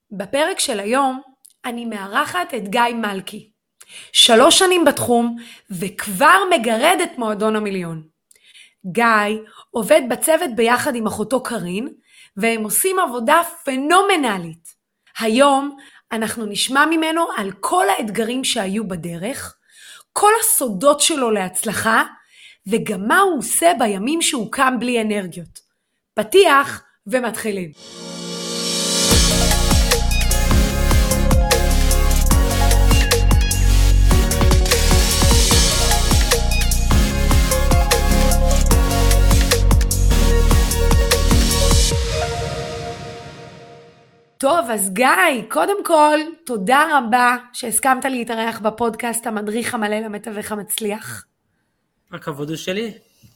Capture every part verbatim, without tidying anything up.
בפרק של היום אני מארחת את גיא מלכי. שלוש שנים בתחום וכבר מגרד את מועדון המיליון. גיא עובד בצוות ביחד עם אחותו קרין, והם עושים עבודה פנומנלית. היום אנחנו נשמע ממנו על כל האתגרים שהיו בדרך, כל הסודות שלו להצלחה, וגם מה הוא עושה בימים שהוא קם בלי אנרגיות. פתיח ומתחילים. טוב, אז גיא, קודם כל, תודה רבה שהסכמת להתארח בפודקאסט המדריך המלא למתווך המצליח. הכבוד הוא שלי.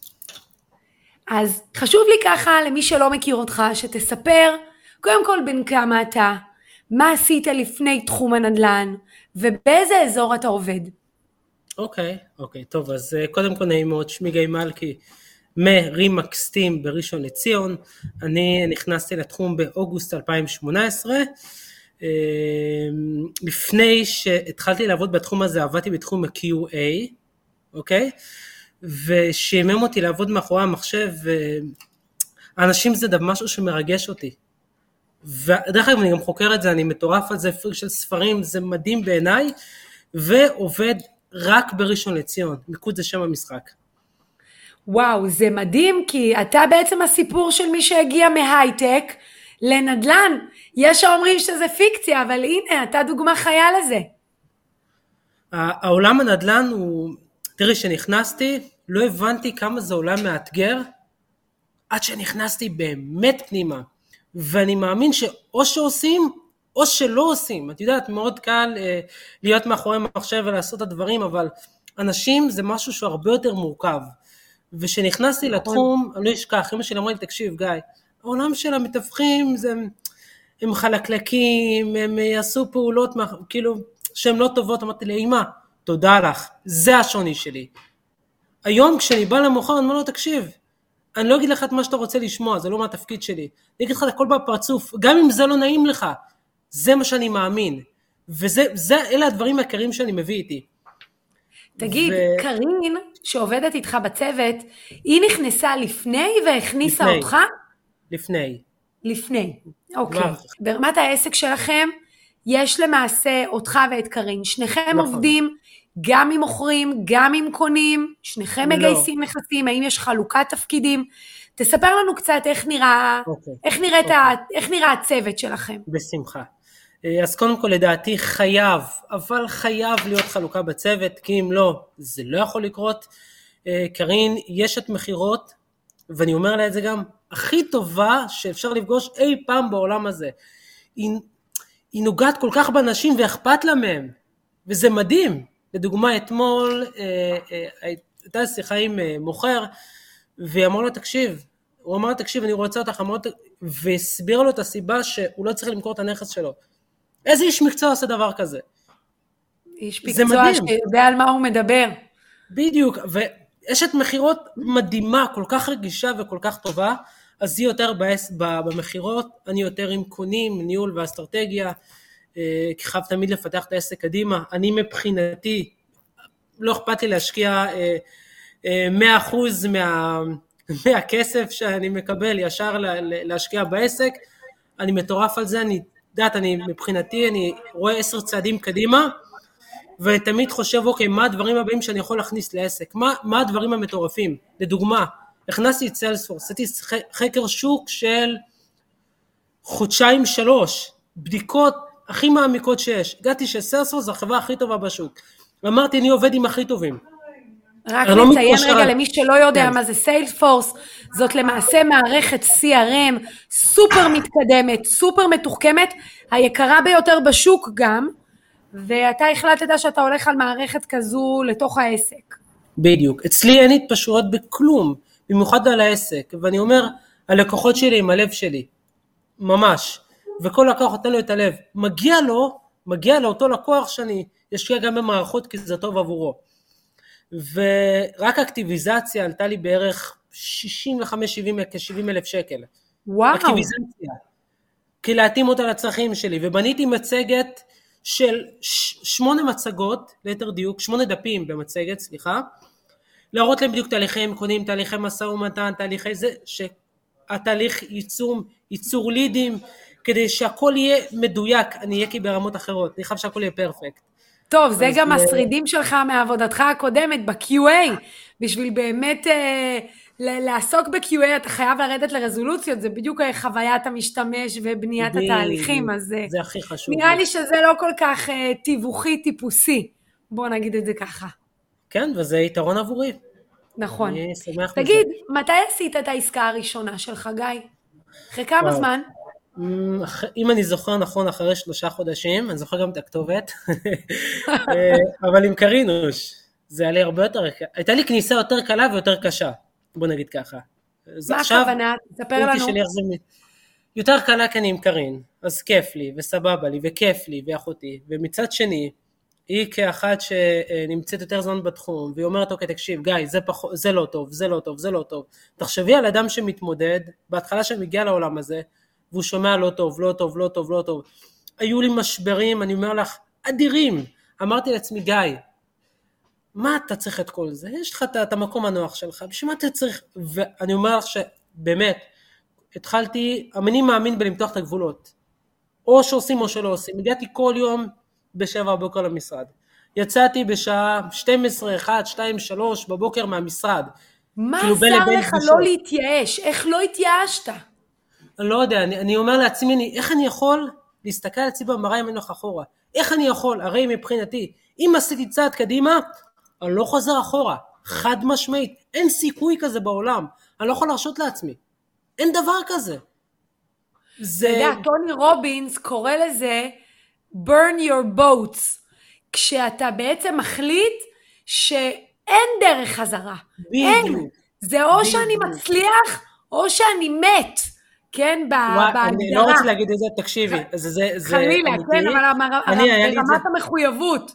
אז חשוב לי ככה, למי שלא מכיר אותך, שתספר, קודם כל בין כמה אתה, מה עשית לפני תחום הנדל"ן, ובאיזה אזור אתה עובד. אוקיי, אוקיי, טוב, אז קודם כל נעים מאוד, שמי גיא מלכי, מרימקס טים בראשון לציון. אני נכנסתי לתחום באוגוסט אלפיים שמונה עשרה, לפני שהתחלתי לעבוד בתחום הזה עבדתי בתחום ה-קיו איי, אוקיי? ושימם אותי לעבוד מאחורי המחשב, ואנשים זה משהו שמרגש אותי, ודרך אגב אני גם חוקר את זה, אני מטורף על זה, פריק של ספרים, זה מדהים בעיניי, ועובד רק בראשון לציון, מיקוד זה שם המשחק. וואו, זה מדהים, כי אתה בעצם הסיפור של מי שהגיע מהייטק לנדל"ן. יש האומרים שזה פיקציה, אבל הנה, אתה דוגמה חיה לזה. העולם הנדל"ן הוא, תראי, שנכנסתי, לא הבנתי כמה זה עולם מאתגר, עד שנכנסתי באמת פנימה, ואני מאמין שאו שעושים, או שלא עושים. את יודעת, מאוד קל אה, להיות מאחורי מחשב ולעשות את הדברים, אבל אנשים זה משהו שהוא הרבה יותר מורכב. ושנכנסתי לתחום, אני לא אשכח, אמא שלי אמרה לי, תקשיב גיא, העולם של המתווכים, זה, הם חלקלקים, הם יעשו פעולות, כאילו, שהן לא טובות. אמרתי לי, אמא, תודה לך, זה השוני שלי. היום כשאני בא למוכר, אני אומר לו, תקשיב, אני לא אגיד לך את מה שאתה רוצה לשמוע, זה לא מה התפקיד שלי. אני אגיד לך את הכל בפרצוף, גם אם זה לא נעים לך, זה מה שאני מאמין. וזה, זה, אלה הדברים העיקריים שאני מביא איתי. תגיד, ו... קרין, שעובדת איתך בצוות, היא נכנסה לפני והכניסה לפני. אותך? לפני. לפני, אוקיי. ברמת העסק שלכם, יש למעשה אותך ואת קרין. שניכם נכון. עובדים גם עם מוכרים, גם עם קונים, שניכם לא. מגייסים נכסים, האם יש חלוקת תפקידים? תספר לנו קצת איך נראה, אוקיי. איך, נראית אוקיי. ה... איך נראה הצוות שלכם. בשמחה. אז קודם כל לדעתי חייב, אבל חייב להיות חלוקה בצוות, כי אם לא, זה לא יכול לקרות. קרין, יש את מחירות, ואני אומר לה את זה גם, הכי טובה שאפשר לפגוש אי פעם בעולם הזה. היא, היא נוגעת כל כך באנשים ואכפת לה מהם, וזה מדהים. לדוגמה, אתמול הייתה שיחה עם מוכר, והיא אמרה לו, תקשיב, הוא אמר לו, תקשיב, אני רוצה אותך, והסביר לו את הסיבה שהוא לא צריך למכור את הנכס שלו. איזה איש מקצוע עושה דבר כזה? איש מקצוע שיודע על מה הוא מדבר. בדיוק, ואשת מחירות מדהימה, כל כך רגישה וכל כך טובה, אז היא יותר במחירות, אני יותר עם קונים, ניהול ואסטרטגיה, כי חייב תמיד לפתח את העסק קדימה. אני מבחינתי, לא אכפת לי להשקיע מאה אחוז מה, מהכסף שאני מקבל ישר להשקיע בעסק, אני מטורף על זה, אני יודעת, אני מבחינתי, אני רואה עשר צעדים קדימה, ותמיד חושב, אוקיי, מה הדברים הבאים שאני יכול להכניס לעסק? מה, מה הדברים המטורפים? לדוגמה, הכנסתי את סיילספורס, עשיתי חקר שוק של חודשיים שלוש, בדיקות הכי מעמיקות שיש. הגעתי שסיילספורס זה החברה הכי טובה בשוק. ואמרתי, אני עובד עם הכי טובים. רק לציין רגע למי שלא יודע מה זה סיילספורס, זאת למעשה מערכת סי אר אם סופר מתקדמת, סופר מתוחכמת, היקרה ביותר בשוק גם, ואתה החלטת שאתה הולך על מערכת כזו לתוך העסק. בדיוק, אצלי אין התפשרויות בכלום, במיוחד על העסק, ואני אומר, הלקוחות שלי עם הלב שלי, ממש, וכל לקוח נותן לו את הלב, מגיע לו, מגיע לאותו לקוח שאני אשקיע גם במערכות כי זה טוב עבורו. ורק אקטיביזציה עלתה לי בערך שישים וחמש שבעים אלף שקל. וואו. אקטיביזציה. כי להתאים אותה לצרכים שלי, ובניתי מצגת של ש- שמונה מצגות, ליתר דיוק, שמונה דפים במצגת, סליחה, להראות להם בדיוק תהליכי קונים, תהליכי משא ומתן, תהליכי זה, שהתהליך ייצור, ייצור לידים, כדי שהכל יהיה מדויק, אני אהיה כי ברמות אחרות, אני חייב שהכל יהיה פרפקט. טוב, זה גם השרידים שלך מעבודתך הקודמת ב-קיו איי, בשביל באמת אה, לעסוק ב-קיו איי אתה חייב לרדת לרזולוציות, זה בדיוק חוויית המשתמש ובניית התהליכים, אז זה הכי חשוב. נראה לי שזה לא כל כך אה, טיווחי, טיפוסי, בוא נגיד את זה ככה. כן, וזה יתרון עבורי. נכון. אני שמח תגיד, בזה. מתי עשית את העסקה הראשונה שלך, גיא? אחרי כמה וואו. זמן? אם אני זוכר נכון, אחרי שלושה חודשים, אני זוכר גם את הכתובת, אבל עם קרינוש, זה היה לי הרבה יותר, הייתה לי כניסה יותר קלה ויותר קשה, בוא נגיד ככה. מה הכוונה? תספר לנו. יותר קלה כי אני עם קרין, אז כיף לי וסבבה לי וכיף לי ואחותי, ומצד שני, היא כאחת שנמצאת יותר זמן בתחום, והיא אומרת, אוקיי, תקשיב, גיא, זה, פח... זה לא טוב, זה לא טוב, זה לא טוב. תחשבי על אדם שמתמודד, בהתחלה שמגיע לעולם הזה, והוא שומע לא טוב, לא טוב, לא טוב, לא טוב. היו לי משברים, אני אומר לך, אדירים. אמרתי לעצמי, גיא, מה אתה צריך את כל זה? יש לך את המקום הנוח שלך, בשביל מה אתה צריך? ואני אומר לך שבאמת, התחלתי, אני מאמין בלמתוח את הגבולות. או שעושים או שלא עושים. הגעתי כל יום בשבע בבוקר למשרד. יצאתי בשעה שתים עשרה, אחת, שתיים, שלוש בבוקר מהמשרד. מה עזר לך לא להתייאש? איך לא התייאשת? אני לא יודע, אני, אני אומר לעצמי, איך אני יכול להסתכל על עצמי במראה ממנו אחורה? איך אני יכול? הרי מבחינתי, אם עשיתי צעד קדימה, אני לא חוזר אחורה. חד משמעית. אין סיכוי כזה בעולם. אני לא יכול להרשות לעצמי. אין דבר כזה. זה... אתה יודע, טוני רובינס קורא לזה burn your boats, כשאתה בעצם מחליט שאין דרך חזרה. אין. זה או שאני מצליח, או שאני מת. כן, בהגדרה. אני לא רוצה להגיד את זה, תקשיבי. חלילה, כן, אבל ברמת המחויבות.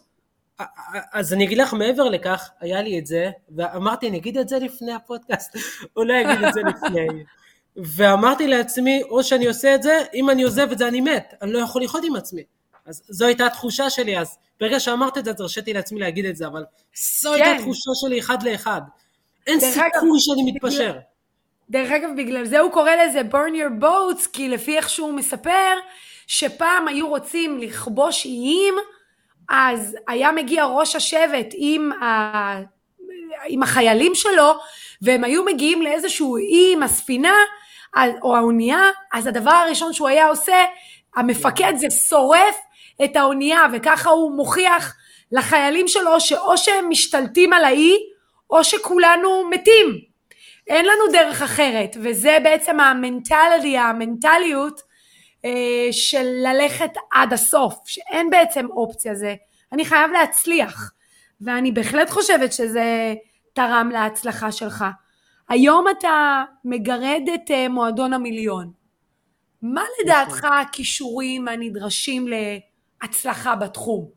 אז אני אגיד לך מעבר לכך, היה לי את זה, ואמרתי, אני אגיד את זה לפני הפודקאסט, אולי אגיד את זה לפני. ואמרתי לעצמי, או שאני עושה את זה, אם אני עוזב את זה אני מת, אני לא יכול לחיות עם עצמי. אז זו הייתה התחושה שלי, אז ברגע שאמרתי את זה, הרשיתי לעצמי להגיד את זה, אבל זו הייתה התחושה שלי אחד לאחד. אין סיכוי שאני מתפשר. דרך אגב, בגלל זה הוא קורא לזה burn your boats, כי לפי איך שהוא מספר, שפעם היו רוצים לכבוש איים, אז היה מגיע ראש השבט עם, ה... עם החיילים שלו, והם היו מגיעים לאיזשהו אי עם הספינה, או האונייה, אז הדבר הראשון שהוא היה עושה, המפקד זה שורף את האונייה, וככה הוא מוכיח לחיילים שלו, שאו שהם משתלטים על האי, או שכולנו מתים. אין לנו דרך אחרת, וזה בעצם המנטליטי, המנטליות, של ללכת עד הסוף, שאין בעצם אופציה זה, אני חייב להצליח, ואני בהחלט חושבת שזה תרם להצלחה שלך. היום אתה מגרד את מועדון המיליון, מה לדעתך הכישורים הנדרשים להצלחה בתחום?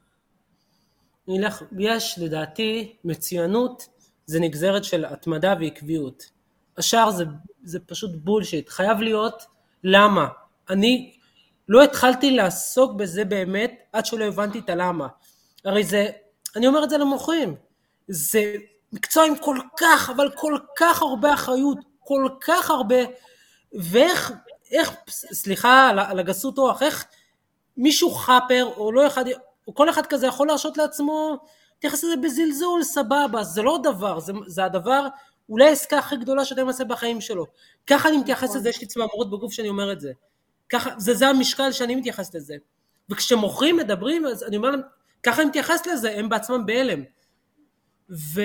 יש לדעתי מצוינות, זה נגזרת של התמדה ועקביות, השאר זה, זה פשוט בולשיט, חייב להיות למה, אני לא התחלתי לעסוק בזה באמת, עד שלא הבנתי את הלמה. הרי זה, אני אומר את זה למוכרים, זה מקצוע עם כל כך, אבל כל כך הרבה אחריות, כל כך הרבה, ואיך, איך, סליחה על הגסות רוח, איך מישהו חפר, או לא אחד, או כל אחד כזה יכול להרשות לעצמו, תייחס לזה בזלזול, סבבה, זה לא דבר, זה, זה הדבר, אולי העסקה הכי גדולה שאתה מעשה בחיים שלו. ככה אני מתייחס לזה, יש לי צמרמורות בגוף שאני אומר את זה. ככה, זה, זה המשקל שאני מתייחס לזה. וכשמוכרים מדברים, אז אני אומר להם, ככה אני מתייחס לזה, הם בעצמם בהלם. ו...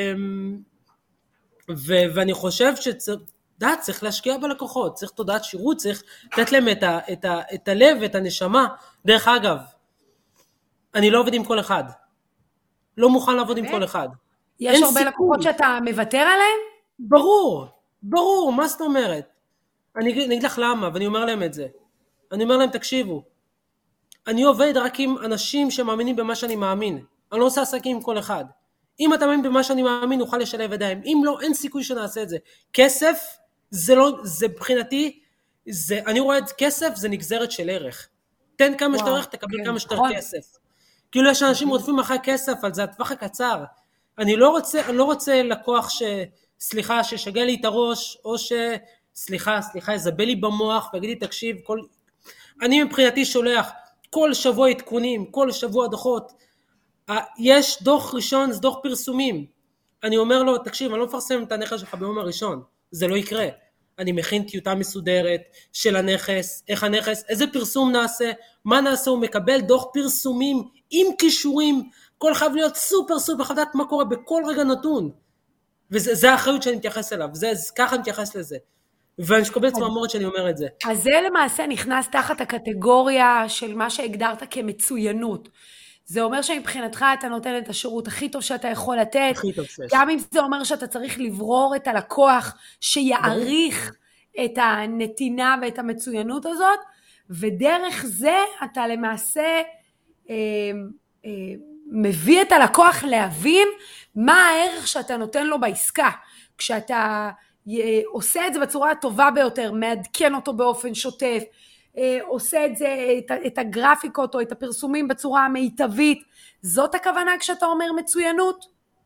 ו... ואני חושב שצריך, צריך להשקיע בלקוחות, צריך תודעת שירות, צריך לתת להם את, ה... את, ה... את הלב, את הנשמה. דרך אגב, אני לא עובד עם כל אחד. לא מוכן לעבוד עם כל אחד. יש הרבה לקוחות שאתה מוותר עליהם? ברור, ברור, מה זאת אומרת? אני אגיד לך למה, ואני אומר להם את זה. אני אומר להם, תקשיבו, אני עובד רק עם אנשים שמאמינים במה שאני מאמין. אני לא עושה עסקים עם כל אחד. אם אתה מאמין במה שאני מאמין, נוכל לשלב ידיים. אם לא, אין סיכוי שנעשה את זה. כסף, זה לא, זה מבחינתי, זה, אני רואה את כסף, זה נגזרת של ערך. תן כמה שיותר ערך, תקבל כמה שיותר כסף. כאילו יש אנשים רודפים אחרי כסף, על זה הטווח הקצר. אני לא רוצה, אני לא רוצה לקוח ש, סליחה, ששגע לי את הראש, או ש, סליחה, סליחה, יזבל לי במוח, ויגיד לי, תקשיב, כל, אני מבחינתי שולח כל שבוע עדכונים, כל שבוע דוחות. יש דוח ראשון, זה דוח פרסומים. אני אומר לו, תקשיב, אני לא מפרסם את הנכס שלך ביום הראשון, זה לא יקרה. אני מכין טיוטה מסודרת של הנכס, איך הנכס, איזה פרסום נעשה, מה נעשה, הוא מקבל דוח פרסומים עם קישורים, כל חייב להיות סופר סופר, חייב לדעת מה קורה בכל רגע נתון. וזה האחריות שאני מתייחס אליו, זה, ככה אני מתייחס לזה. ואני שקבל צמרמורת שאני אומר את זה. אז זה למעשה נכנס תחת הקטגוריה של מה שהגדרת כמצוינות. זה אומר שמבחינתך אתה נותן את השירות הכי טוב שאתה יכול לתת, גם אם זה אומר שאתה צריך לברור את הלקוח שיעריך את הנתינה ואת המצוינות הזאת, ודרך זה אתה למעשה אה, אה, מביא את הלקוח להבין מה הערך שאתה נותן לו בעסקה. כשאתה עושה את זה בצורה הטובה ביותר, מעדכן אותו באופן שוטף, עושה את זה, את, את הגרפיקות או את הפרסומים בצורה המיטבית, זאת הכוונה כשאתה אומר מצוינות?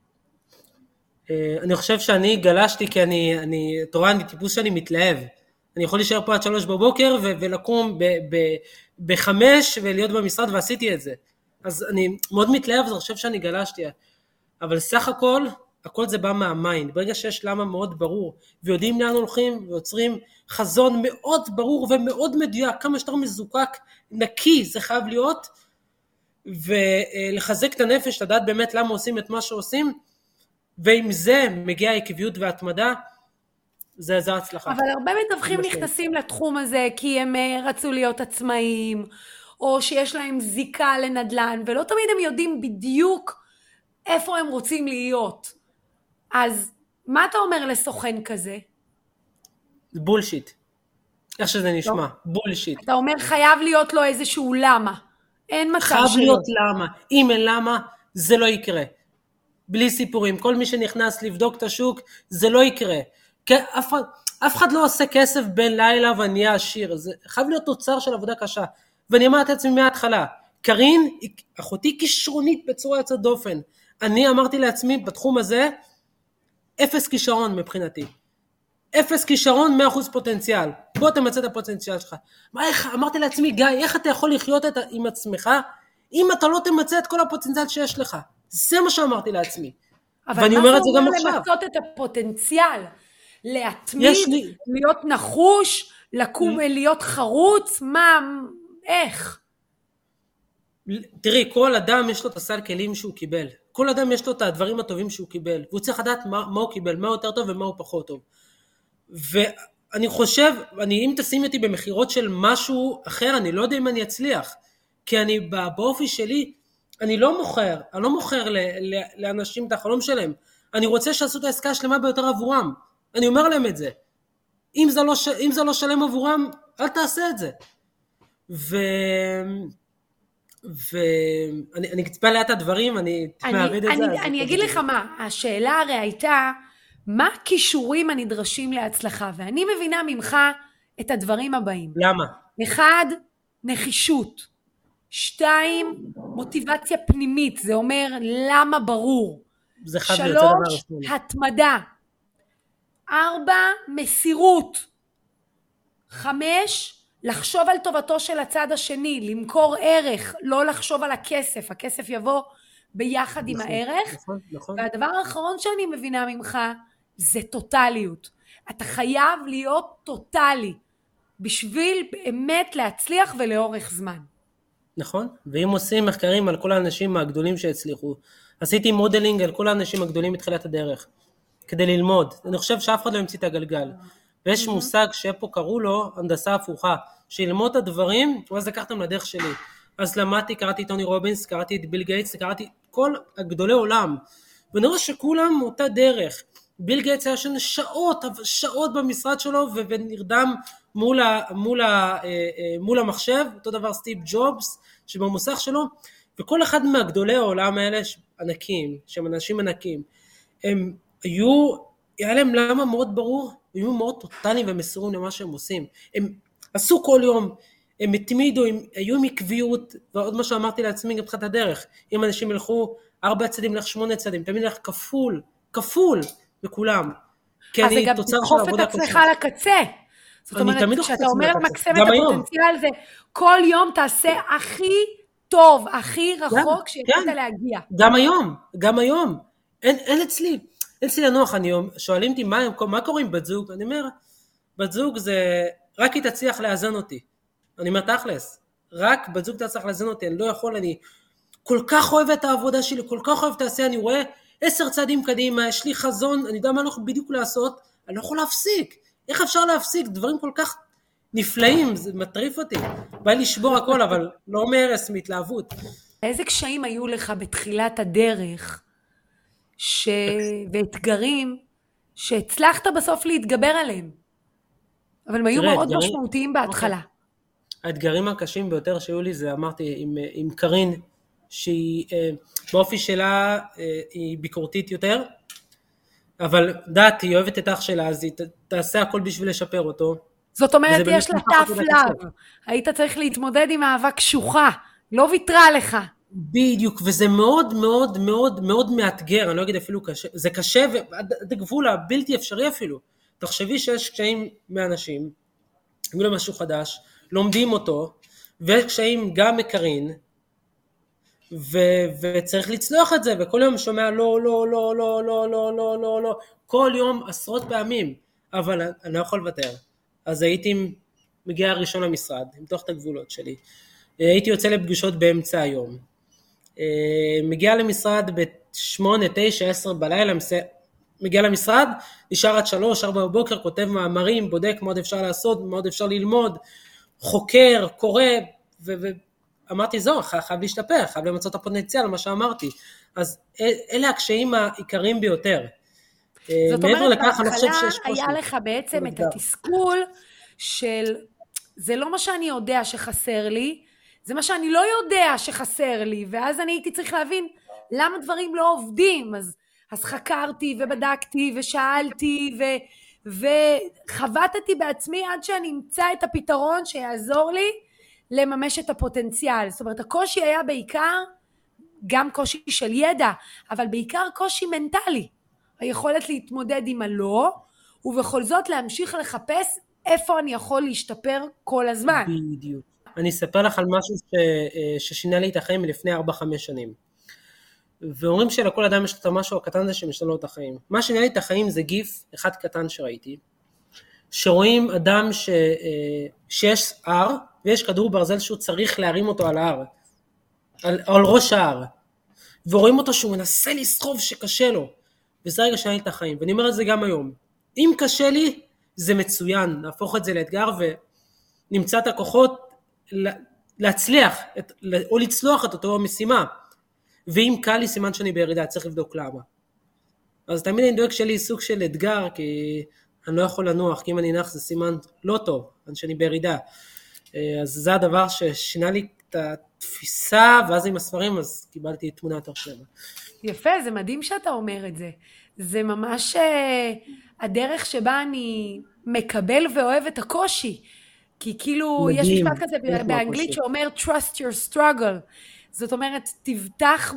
אני חושב שאני גלשתי כי אני, אני, תורא, אני טיפוס שאני מתלהב. אני יכול להישאר פה עד שלוש בבוקר ו- ולקום ב- ב- בחמש ולהיות במשרד, ועשיתי את זה. אז אני מאוד מתלהב, אז אני חושב שאני גלשתי. אבל סך הכל, הכל זה בא מהמיינד. ברגע שיש למה מאוד ברור, ויודעים לאן הולכים, ויוצרים חזון מאוד ברור ומאוד מדויק, כמה שיותר מזוקק, נקי, זה חייב להיות, ולחזק את הנפש, לדעת באמת למה עושים את מה שעושים, ועם זה מגיעה עקביות והתמדה, זה זה הצלחה. אבל הרבה מתווכים נכנסים לתחום הזה, כי הם רצו להיות עצמאיים, או שיש להם זיקה לנדל"ן, ולא תמיד הם יודעים בדיוק איפה הם רוצים להיות. אז מה אתה אומר לסוכן כזה? בולשיט. איך שזה נשמע, בולשיט. אתה אומר חייב להיות לו איזשהו למה. אין מצב שלו. חייב להיות למה. אם אין למה, זה לא יקרה. בלי סיפורים. כל מי שנכנס לבדוק את השוק, זה לא יקרה. כי אף, אף אחד לא עושה כסף בין לילה ונהיה עשיר. זה חייב להיות תוצר של עבודה קשה. ואני אמרתי את עצמי מההתחלה, קרין, אחותי כישרונית בצורה יוצאת דופן. אני אמרתי לעצמי בתחום הזה, אפס כישרון מבחינתי. אפס כישרון, מאה אחוז פוטנציאל. בוא תמצא את הפוטנציאל שלך. מה, איך, אמרתי לעצמי, גיא, איך אתה יכול לחיות את, עם עצמך, אם אתה לא תמצא את כל הפוטנציאל שיש לך? זה מה שאמרתי לעצמי. ואני אומר את זה גם עכשיו. אבל מה זה אומר למצות את הפוטנציאל? להתמיד, לי... להיות נחוש, לקום, להיות חרוץ? מה, איך? תראי, כל אדם יש לו את הסל כלים שהוא קיבל. כל אדם יש לו את הדברים הטובים שהוא קיבל. והוא צריך לדעת מה, מה הוא קיבל, מה יותר טוב ומה הוא פחות טוב. ואני חושב, אני, אם תשים אותי במחירות של משהו אחר, אני לא יודע אם אני אצליח. כי אני באופי שלי, אני לא מוכר, אני לא מוכר ל, ל, לאנשים את החלום שלהם. אני רוצה שעשו את העסקה השלמה ביותר עבורם. אני אומר להם את זה. אם זה לא, אם זה לא שלם עבורם, אל תעשה את זה. ו... ואני אני קצפה לאט הדברים, אני מעבד את זה. אני, אני אגיד לך מה, השאלה הרי הייתה, מה הכישורים הנדרשים להצלחה? ואני מבינה ממך את הדברים הבאים. למה? אחד, נחישות. שתיים, מוטיבציה פנימית, זה אומר למה ברור. זה חד שלוש, התמדה. ארבע, מסירות. חמש, לחשוב על טובתו של הצד השני, למכור ערך, לא לחשוב על הכסף, הכסף יבוא ביחד עם הערך. נכון, נכון. והדבר האחרון שאני מבינה ממך, זה טוטליות. אתה חייב להיות טוטלי, בשביל באמת להצליח ולאורך זמן. נכון, ואם עושים מחקרים על כל האנשים הגדולים שהצליחו, עשיתי מודלינג על כל האנשים הגדולים מתחילת הדרך, כדי ללמוד. אני חושב שאף אחד לא ימציא את הגלגל. ויש מושג שפה קראו לו הנדסה הפוכה, שילמוד את הדברים, ואז לקחתם לדרך שלי. אז למדתי, קראתי טוני רובינס, קראתי את ביל גייטס, קראתי כל הגדולי עולם, ואני רואה שכולם אותה דרך. ביל גייטס היה שם שעות, שעות במשרד שלו, ונרדם מול, ה, מול, ה, מול המחשב, אותו דבר סטיב ג'ובס, שבמוסך שלו, וכל אחד מהגדולי העולם האלה, ענקים, שהם אנשים ענקים, הם היו, היה להם למה מאוד ברור, היו מאוד טוטליים ומסירים למה שהם עושים. הם עשו כל יום, הם התמידו, הם היו עם עקביות, ועוד מה שאמרתי לעצמי גם בתחילת הדרך, אם אנשים ילכו ארבע צעדים, לך שמונה צעדים, תמיד לך כפול, כפול בכולם. אז זה גם תדחוף את עצמך לקצה. זאת אומרת, כשאתה אומר למקסם את הפוטנציאל, זה כל יום תעשה הכי טוב, הכי רחוק שיכולת להגיע. גם היום, גם היום. אין אצלי, אין אצלי לנוח, שואלים אותי מה קורה עם בת זוג, אני אומר, בת זוג זה, רק היא תצליח לאזן אותי. אני אומר תכלס, רק בת זוג תצליח לאזן אותי, אני לא יכול, אני כל כך אוהב את העבודה שלי, כל כך אוהב את העשייה, אני רואה עשר צעדים קדימה, יש לי חזון, אני יודע מה אני הולך בדיוק לעשות, אני לא יכול להפסיק. איך אפשר להפסיק? דברים כל כך נפלאים, זה מטריף אותי. בא לי לשבור הכל, אבל לא מהרס, מהתלהבות. איזה קשיים היו לך בתחילת הדרך, ש... ואתגרים, שהצלחת בסוף להתגבר עליהם? אבל הם היו תראה, מאוד אתגרים... משמעותיים בהתחלה. Okay. האתגרים הקשים ביותר שהיו לי, זה אמרתי, עם, עם קרין, שהיא, באופי שלה, היא ביקורתית יותר, אבל דעת, היא אוהבת את אח שלה, אז היא תעשה הכל בשביל לשפר אותו. זאת אומרת, יש לה טף לב. היית צריך להתמודד עם אהבה קשוחה, לא ויתרה לך. בדיוק, וזה מאוד מאוד מאוד מאוד מאתגר, אני לא אגיד אפילו קשה, זה קשה ועד הגבול הבלתי אפשרי אפילו. תחשבי שיש קשיים מאנשים, יגידו משהו חדש, לומדים אותו, ויש קשיים גם מקרין, ו- וצריך לצלוח את זה, וכל יום שומע לא, לא, לא, לא, לא, לא, לא, לא, לא, כל יום עשרות פעמים, אבל אני לא יכול לוותר. אז הייתי מגיע הראשון למשרד, למתוח את הגבולות שלי, הייתי יוצא לפגישות באמצע היום, מגיע למשרד ב-שמונה, תשע, עשר בלילה, מגיע למשרד, נשאר עד שלוש, ארבע בבוקר, כותב מאמרים, בודק מה עוד אפשר לעשות, מה עוד אפשר ללמוד, חוקר, קורא, ו... אמרתי זו, חייב להשתפר, חייב למצוא את הפוטנציאל, מה שאמרתי. אז אלה הקשיים העיקריים ביותר. זאת אומרת, בהתחלה היה לך בעצם את התסכול של, זה לא מה שאני יודע שחסר לי, זה מה שאני לא יודע שחסר לי, ואז אני הייתי צריך להבין למה דברים לא עובדים. אז, אז חקרתי ובדקתי ושאלתי ו, וחבטתי בעצמי עד שאני אמצא את הפתרון שיעזור לי, לממש את הפוטנציאל. זאת אומרת, הקושי היה בעיקר, גם קושי של ידע, אבל בעיקר קושי מנטלי. היכולת להתמודד עם הלא, ובכל זאת להמשיך לחפש איפה אני יכול להשתפר כל הזמן. בדיוק. אני אספר לך על משהו ש... ששינה לי את החיים מלפני ארבע חמש שנים. ואומרים שלכל אדם יש את המשהו הקטן הזה שמשנה לו את החיים. מה שינה לי את החיים זה גיף אחד קטן שראיתי, שרואים אדם ש... שיש הר, ויש כדור ברזל שהוא צריך להרים אותו על ההר, על, על ראש ההר, ורואים אותו שהוא מנסה לסחוב שקשה לו, וזה רגע שינה לי את החיים, ואני אומר את זה גם היום, אם קשה לי, זה מצוין, נהפוך את זה לאתגר, ונמצא את הכוחות להצליח, את, או לצלוח את אותו משימה, ואם קל לי סימן שאני בירידה, צריך לבדוק למה. אז תמיד אני דואג שלי סוג של אתגר, כי אני לא יכול לנוח, כי אם אני נח זה סימן לא טוב, שאני בירידה. אז זה הדבר ששינה לי את התפיסה, ואז עם הספרים, אז קיבלתי תמונה יותר שלמה. יפה, זה מדהים שאתה אומר את זה. זה ממש הדרך שבה אני מקבל ואוהב את הקושי. כי כאילו, מדהים. יש משפט כזה באנגלית שאומר, trust your struggle. זאת אומרת, תבטח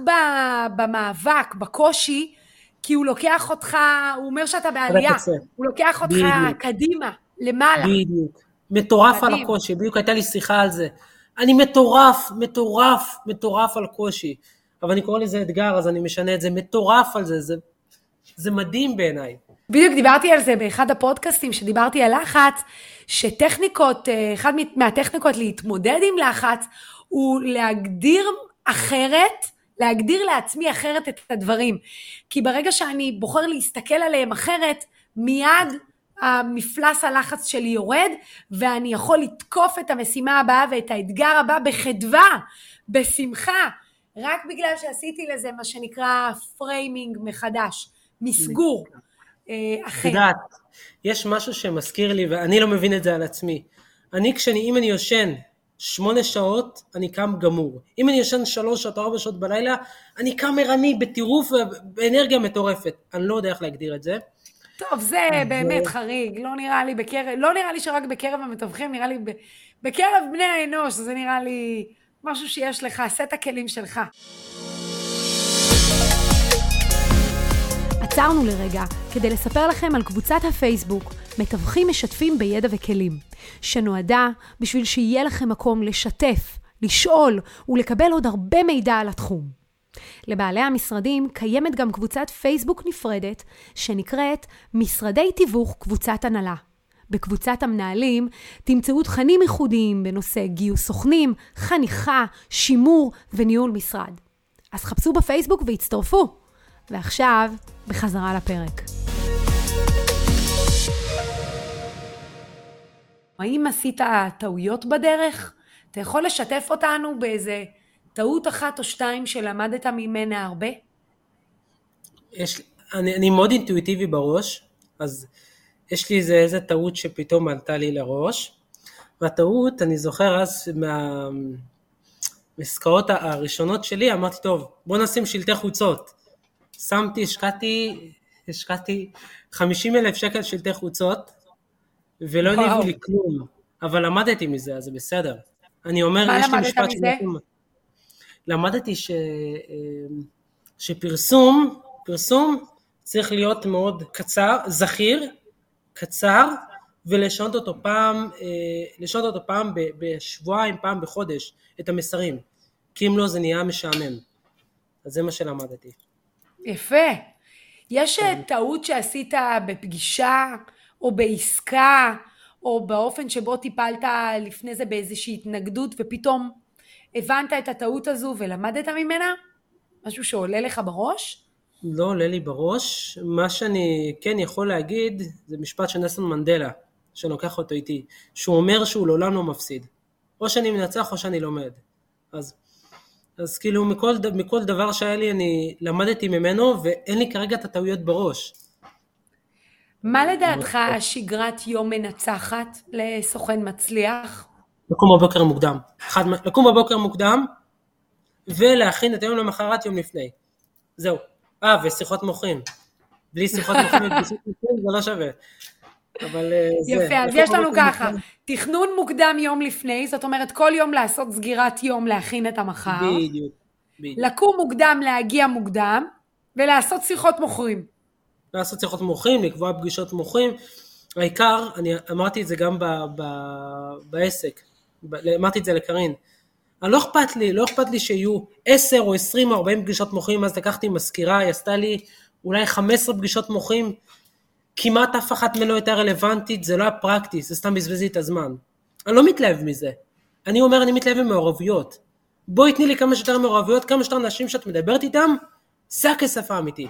במאבק, בקושי, כי הוא לוקח אותך, הוא אומר שאתה בעלייה, הוא לוקח אותך בדיוק. קדימה, למעלה. בדיוק. מטורף מדהים. על הקושי, בדיוק הייתה לי שיחה על זה. אני מטורף, מטורף, מטורף על קושי. אבל אני קורא לזה אתגר, אז אני משנה את זה, מטורף על זה, זה, זה מדהים בעיניי. בדיוק דיברתי על זה באחד הפודקאסטים, שדיברתי על לחץ, שטכניקות, אחד מהטכניקות להתמודד עם לחץ, הוא להגדיר אחרת, להגדיר לעצמי אחרת את הדברים. כי ברגע שאני בוחר להסתכל עליהם אחרת, מיד המפלס הלחץ שלי יורד, ואני יכול לתקוף את המשימה הבאה ואת האתגר הבא בחדווה, בשמחה, רק בגלל שעשיתי לזה מה שנקרא פריימינג מחדש, מסגור אחר. יודעת, יש משהו שמזכיר לי, ואני לא מבין את זה על עצמי. אני כשאני, אם אני יושן שמונה שעות, אני קם גמור. אם אני יושן שלוש שעות או ארבע שעות בלילה, אני קם ערני בטירוף ובאנרגיה מטורפת. אני לא יודע איך להגדיר את זה. טוב, זה באמת חריג, לא נראה לי בקרב, לא נראה לי שרק בקרב המתווכים, נראה לי בקרב בני האנוש, זה נראה לי משהו שיש לך, סט הכלים שלך. עצרנו לרגע כדי לספר לכם על קבוצת הפייסבוק מתווכים משתפים בידע וכלים, שנועדה בשביל שיהיה לכם מקום לשתף, לשאול ולקבל עוד הרבה מידע על התחום. לבעלי המשרדים קיימת גם קבוצת פייסבוק נפרדת שנקראת משרדי תיווך קבוצת הנהלה. בקבוצת המנהלים תמצאו תכנים ייחודיים בנושא גיוס סוכנים, חניכה, שימור וניהול משרד. אז חפשו בפייסבוק והצטרפו. ועכשיו, בחזרה לפרק. האם עשית טעויות בדרך? אתה יכול לשתף אותנו באיזה טעות אחת או שתיים שלמדת ממנה הרבה? יש, אני, אני מאוד אינטואיטיבי בראש, אז יש לי איזה, איזה טעות שפתאום עלתה לי לראש, והטעות, אני זוכר אז מהמסקאות הראשונות שלי, אמרתי, טוב, בוא נשים שלטי חוצות. שמתי, השקעתי, השקעתי חמישים אלף שקל שלטי חוצות, ולא ניבו לי כלום, אבל למדתי מזה, אז זה בסדר. אני אומר, יש לי משפט מזה? למדתי ש... שפרסום, פרסום צריך להיות מאוד קצר, זכיר, קצר, ולשנות אותו פעם, לשנות אותו פעם בשבועיים, פעם בחודש, את המסרים, כי אם לא זה נהיה משעמם. אז זה מה שלמדתי. יפה. יש טעות שעשית בפגישה, או בעסקה, או באופן שבו טיפלת לפני זה באיזושהי התנגדות, ופתאום הבנת את הטעות הזו ולמדת ממנה? משהו שעולה לך בראש? לא עולה לי בראש. מה שאני כן יכול להגיד, זה משפט של נסון מנדלה, שנוקח אותו איתי, שהוא אומר שהוא לעולם לא מפסיד. או שאני מנצח או שאני לומד. אז, אז כאילו מכל, מכל דבר שהיה לי אני למדתי ממנו, ואין לי כרגע את הטעויות בראש. מה לדעתך שגרת יום מנצחת לסוכן מצליח? לקום בבוקר מוקדם. אחד, לקום בבוקר מוקדם, ולהכין את היום למחרת יום לפני. זהו. אה, ושיחות מוחים. בלי שיחות מוחים, זה לא שווה. אבל זה. יפה, אז יש לנו ככה. תכנון מוקדם יום לפני, זאת אומרת כל יום לעשות סגירת יום להכין את המחר. בדיוק. לקום מוקדם, להגיע מוקדם, ולעשות שיחות מוחים. לעשות שיחות מוחים, לקבוע פגישות מוחים. העיקר, אני אמרתי את זה גם ב, ב, בעסק, ב, אמרתי את זה לקרין. אני לא אכפת לי, לא אכפת לי שיהיו עשר או עשרים או ארבעים פגישות מוחים, אז לקחתי מזכירה, היא עשתה לי אולי חמש עשרה פגישות מוחים, כמעט אף אחת מלא יותר רלוונטית, זה לא היה פרקטי, זה סתם בזבזי את הזמן. אני לא מתלהב מזה. אני אומר, אני מתלהב ממעורבויות. בואי תני לי כמה שיותר מעורבויות, כמה שיותר אנשים שאת מדברת איתם, זה הכסף האמיתי.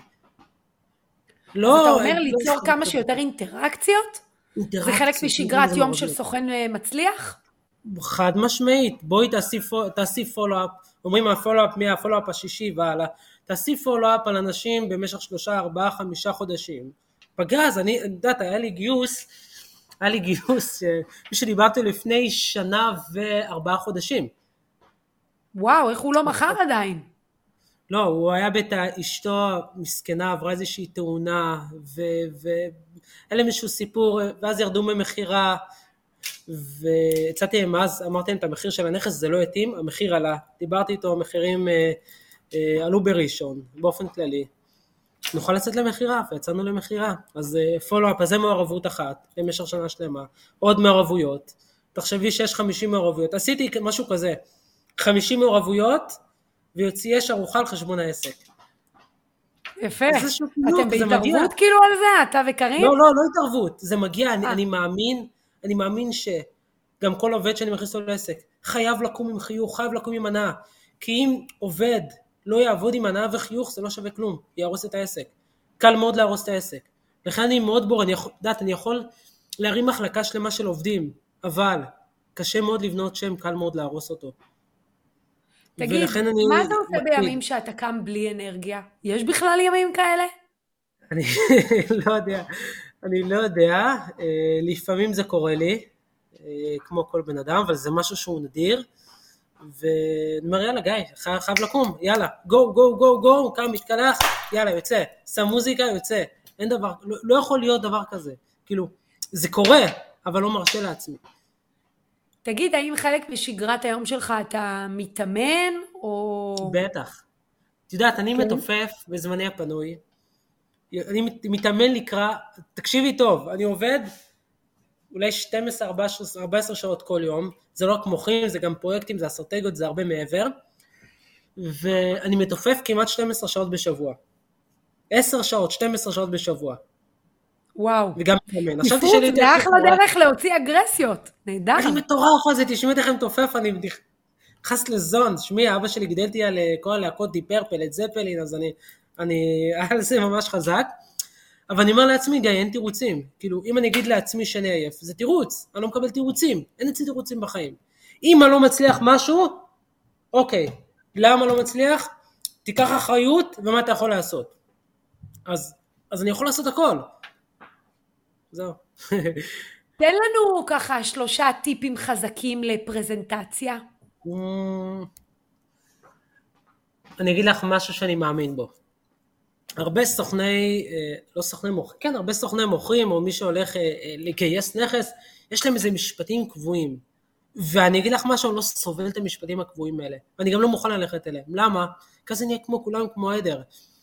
לא, אתה אומר ליצור לא כמה שיותר אינטראקציות? אינטראקציות? זה חלק משגרת יום של סוכן מצליח? חד משמעית, בואי תעשי, תעשי פולו-אפ, אומרים הפולו-אפ מהפולו-אפ השישי והלאה, תעשי פולו-אפ על אנשים במשך שלושה, ארבעה, חמישה חודשים. פגז, אני יודעת, היה לי גיוס, היה לי גיוס, מי שדיברתי לפני שנה וארבעה חודשים. וואו, איך הוא לא מכר עדיין? לא, הוא היה בית אשתו מסכנה, עברה איזושהי תאונה, והיה להם איזשהו סיפור, ואז ירדו ממחירה, והצעתי להם אז, אמרתי להם את המחיר של הנכס, זה לא יתאים, המחיר עלה, דיברתי איתו, המחירים אה, אה, עלו בראשון, באופן כללי, נוכל לצאת למחירה, ויצאנו למחירה, אז אה, פולו-אפ, אז זה מעורבות אחת, במשך שנה שלמה, עוד מעורבויות, תחשבי שיש חמישים מעורבויות, עשיתי משהו כזה, חמישים מעורבויות, ויוציא יש ארוחה על חשבון העסק. יפה, אתם בהתערבות כאילו על זה, אתה וקרין? לא, לא, לא התערבות, זה מגיע, אני, אני מאמין, אני מאמין שגם כל עובד שאני מכניס לו לעסק, חייב לקום עם חיוך, חייב לקום עם הנאה, כי אם עובד לא יעבוד עם הנאה וחיוך, זה לא שווה כלום, יהרוס את העסק. קל מאוד להרוס את העסק. לכן אני מאוד בור, אני יכול, דעת, אני יכול להרים מחלקה שלמה של עובדים, אבל קשה מאוד לבנות שם, קל מאוד להרוס אותו. תגיד, מה אתה עושה בימים שאתה קם בלי אנרגיה? יש בכלל ימים כאלה? אני לא יודע, אני לא יודע, לפעמים זה קורה לי, כמו כל בן אדם, אבל זה משהו שהוא נדיר, ואני אומר, יאללה גיא, חייב לקום, יאללה, גו, גו, גו, גו, קם, מתקלח, יאללה, יוצא, שם מוזיקה, יוצא, אין דבר, לא, לא יכול להיות דבר כזה. כאילו, זה קורה, אבל לא מרשה לעצמי. תגיד, האם חלק משגרת היום שלך אתה מתאמן, או... בטח. את יודעת, אני כן. מתופף בזמני הפנוי, אני מתאמן לקרוא, תקשיבי טוב, אני עובד אולי שתים עשרה ארבע עשרה שעות כל יום, זה לא רק מוחים, זה גם פרויקטים, זה אסטרטגיות, זה הרבה מעבר, ואני מתופף כמעט שתים עשרה שעות בשבוע. עשר שעות, שתים עשרה שעות בשבוע. וואו. וגם מתאמן. תפוץ, זה אחלה דרך להוציא אגרסיות. נהדר. אני מטורף על זה, תשמעי איך אני מתופף, אני נכנס לזון, שמי, אבא שלי גידלתי על כל הלהקות די פרפל, את זפלין, אז אני, אני, על זה ממש חזק, אבל אני אומר לעצמי, גיא, אין תירוצים, כאילו, אם אני אגיד לעצמי שאני עייף, זה תירוץ, אני לא מקבל תירוצים, אין אצלי תירוצים בחיים. אם אני לא מצליח משהו, אוקיי, למה לא מצליח? תיקח אחריות, ומה אתה יכול לעשות? אז, אז אני יכול לעשות הכל. זהו. תן לנו ככה שלושה טיפים חזקים לפרזנטציה. אני אגיד לך משהו שאני מאמין בו. הרבה סוכני, לא סוכני מוכרים, כן, הרבה סוכני מוכרים, או מי שהולך לגייס נכס, יש להם איזה משפטים קבועים. ואני אגיד לך משהו, אני לא סובל את המשפטים הקבועים האלה. ואני גם לא מוכן ללכת אליהם. למה? כזה נהיה כמו כולם, כמו עדר.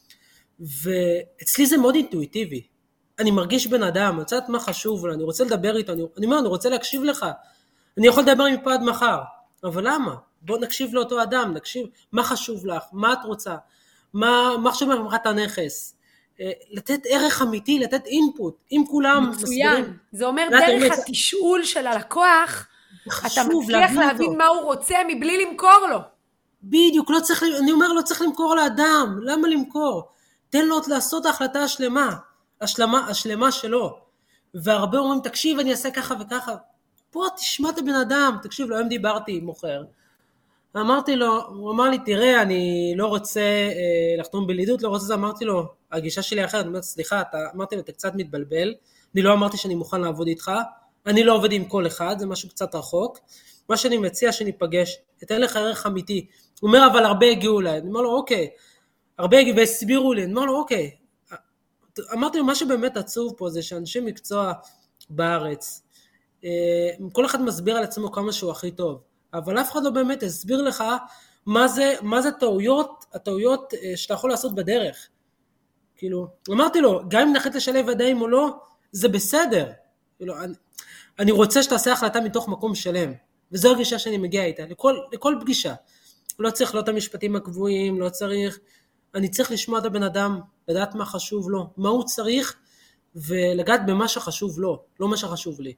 ואצלי זה מאוד אינטואיטיבי. אני מרגיש בן אדם, אני רוצה לדעת מה חשוב לו, אני רוצה לדבר איתו, אני, אני אומר, אני רוצה להקשיב לך. אני יכול לדבר עם פה עד מחר. אבל למה? בוא נקשיב לאותו אדם, נקשיב מה חשוב לך, מה את רוצה, מה, מה חשוב ממך הנכס. לתת ערך אמיתי, לתת אינפוט, אם כולם מצוין. מסבירים. זה אומר דרך מצ... התשאול של הלקוח, אתה מצליח להבין אותו. מה הוא רוצה מבלי למכור לו. בדיוק, לא צריך, אני אומר, לא צריך למכור לאדם, למה למכור? תן לו לעשות ההחלטה השלמה, השלמה, השלמה שלו. והרבה אומרים, תקשיב, אני אעשה ככה וככה. פה תשמע את הבן אדם, תקשיב לו, היום דיברתי עם מוכר. אמרתי לו, הוא אמר לי, תראה, אני לא רוצה אה, לחתום בלידות, לא רוצה זה, אמרתי לו, הגישה שלי אחרת, אני אומרת, סליחה, אתה, אמרתי לו, אתה קצת מתבלבל, אני לא אמרתי שאני מוכן לעבוד איתך, אני לא עובד עם כל אחד, זה משהו קצת רחוק, מה שאני מציע שניפגש, אתן לך ערך אמיתי, הוא אומר, אבל הרבה הגיעו אליי, אני אומר לו, אוקיי, הרבה הגיעו והסבירו לי, אני אומר לו, אוקיי, אמרתי לו, מה שבאמת עצוב פה, זה שאנשי מקצוע בארץ, אה, כל אחד מסביר על עצמו כמה שהוא הכי טוב, אבל אף אחד לא באמת הסביר לך מה זה, מה זה טעויות, הטעויות שאתה יכול לעשות בדרך. כאילו, אמרתי לו, גם אם נחליט לשלב ידיים או לא, זה בסדר. כאילו, אני, אני רוצה שתעשה החלטה מתוך מקום שלם, וזו הגישה שאני מגיע איתה, לכל, לכל פגישה. לא צריך לא את המשפטים הקבועים, לא צריך, אני צריך לשמוע את הבן אדם, לדעת מה חשוב לו, מה הוא צריך, ולגעת במה שחשוב לו, לא מה שחשוב לי.